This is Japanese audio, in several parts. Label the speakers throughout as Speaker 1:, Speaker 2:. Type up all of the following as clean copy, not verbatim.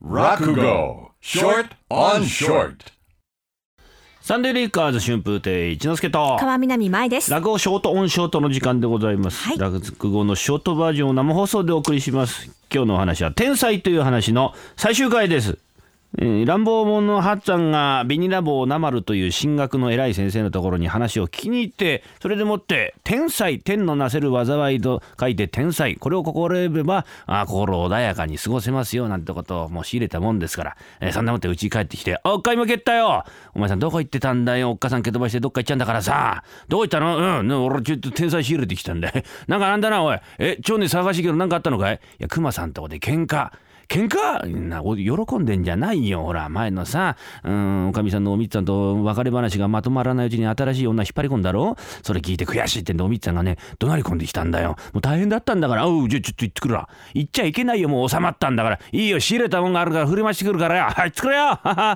Speaker 1: Rakugo Short on Short。
Speaker 2: サンデーリーカーズ春風亭一之輔と
Speaker 3: 川南舞です。
Speaker 2: 落語ショートオンショートの時間でございます、
Speaker 3: はい、
Speaker 2: 落語のショートバージョンを生放送でお送りします。今日のお話は天才という話の最終回です。乱暴者のハッツァンがビニラボーナマルという進学の偉い先生のところに話を聞きに行って、それでもって天才、天のなせる災いと書いて天才、これを心得れば心穏やかに過ごせますよなんてことをもう仕入れたもんですから、そんなもって家に帰ってきて、おっかいも蹴ったよ、お前さんどこ行ってたんだよ、おっかさん蹴飛ばしてどっか行っちゃうんだからさ、どこ行ったの？俺ちょっと天才仕入れてきたんだよ。なんだなおい、町内騒がしいけどなんかあったのかい？いや熊さんとこで喧嘩な、喜んでんじゃないよ。ほら前のさ、おかみさんのおみっつぁんと別れ話がまとまらないうちに新しい女引っ張り込んだろ。それ聞いて悔しいってんでおみっつぁんがね怒鳴り込んできたんだよ。もう大変だったんだから、じゃあちょっと行ってくるわ。行っちゃいけないよ、もう収まったんだから。いいよ、仕入れたもんがあるから振り回してくるからよ。はい、作れよ。あ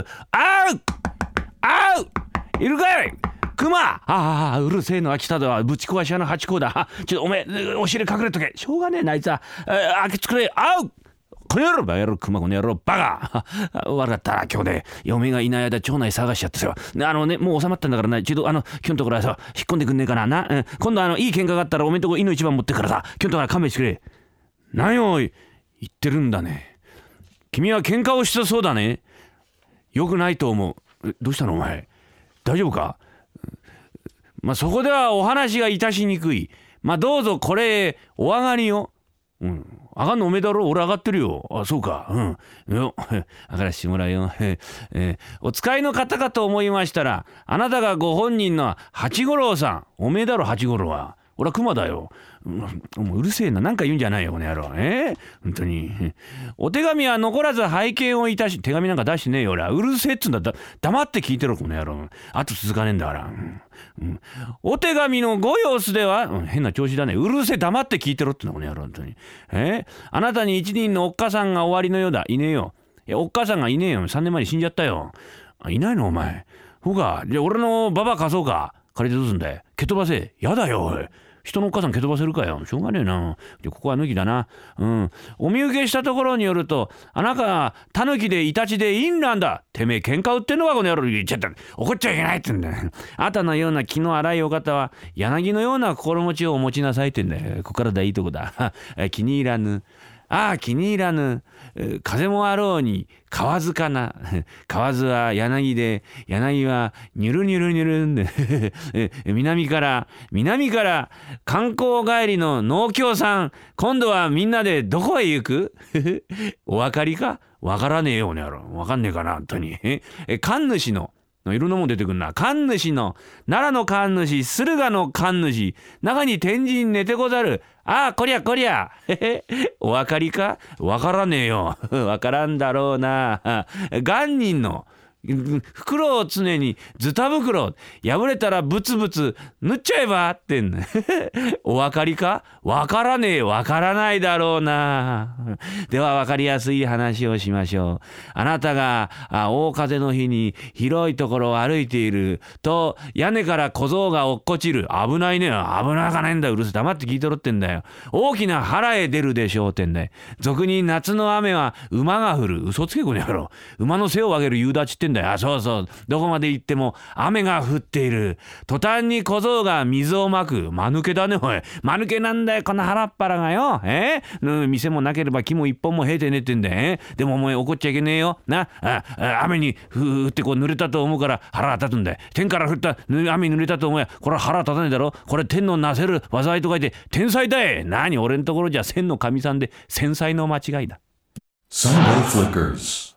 Speaker 2: ういるかいクマ。うるせえのは来ただわ。ぶち壊し屋のハチ公だ。ちょっとおめえお尻隠れとけ。しょうがねえなあいつは。開け作れ。この野郎バカ野郎、クマこの野郎バカ。悪かったな今日ね。嫁がいない間町内探しちゃってさ。もう収まったんだからな。一度今日のところはさ引っ込んでくんねえかな。今度いい喧嘩があったらおめんとこいの一番持ってからさ。今日のところは勘弁してくれ。何を言ってるんだね。君は喧嘩をしたそうだね。よくないと思う。どうしたのお前、大丈夫か？そこではお話がいたしにくい。どうぞこれお上がりよ。上がんのおめえだろ。俺上がってるよ。そうか。上がらしてもらうよ。お使いの方かと思いましたら、あなたがご本人の八五郎さん。おめえだろ八五郎は。俺は熊だよ。もううるせえな。なんか言うんじゃないよこの野郎。本当に。お手紙は残らず拝見をいたし、手紙なんか出してねえよ俺は。うるせえっつうんだったら黙って聞いてろこの野郎。あと続かねえんだから。お手紙のご様子では、変な調子だね。うるせえ、黙って聞いてろってのこの野郎本当に。あなたに一人のおっかさんがおありのようだ。いねえよ。いやおっかさんがいねえよ。3年前に死んじゃったよ。いないのお前。ほかじゃあ俺のババ貸そうか。借りてどうすんだよ。蹴飛ばせ。やだよおい。人のお母さん蹴飛ばせるかよ。しょうがねえな。ここは抜きだな。お見受けしたところによると、あなたがタヌキでイタチでインランだ。てめえ喧嘩売ってんのかこの野郎。言っちゃった。怒っちゃいけないってんだよ。あなたのような気の荒いお方は柳のような心持ちをお持ちなさいってんだよ。ここからだいいとこだ。気に入らぬ。気に入らぬ。風もあろうに河かな。河は柳で、柳はニュルニュルニュルんで南から観光帰りの農協さん、今度はみんなでどこへ行くお分かりか？わからねえよねやろ。わかんねえかな本当に。神主のいろんなもん出てくんな。神主の奈良の神主、駿河の神主、中に天神寝てござる。こりゃお分かりか？わからねえよ。わからんだろうな。元人の袋を常にズタ袋、破れたらブツブツ縫っちゃえばってんお分かりか？わからねえ、わからないだろうな。では分かりやすい話をしましょう。あなたが大風の日に広いところを歩いていると、屋根から小僧が落っこちる。危ないね。危なかないんだ。うるせえ、黙って聞いとろってんだよ。大きな腹へ出るでしょうってんだよ。俗に夏の雨は馬が降る。嘘つけこの野郎。馬の背を上げる夕立ってんだよ。そうそう。どこまで行っても雨が降っている。途端に小僧が水をまく。間抜けだねおい。間抜けなんだよこの腹っ腹がよ。店もなければ木も一本も生えてねえってんだよ。でもお前怒っちゃいけねえよな。雨に降ってこう濡れたと思うから腹が立つんだよ。天から降った雨に濡れたと思うや、これは腹立たねえだろ。これ天のなせる災いと書いて天才だい。何俺んところじゃ千の神さんで繊細の間違いだ。
Speaker 1: Sunday Flickers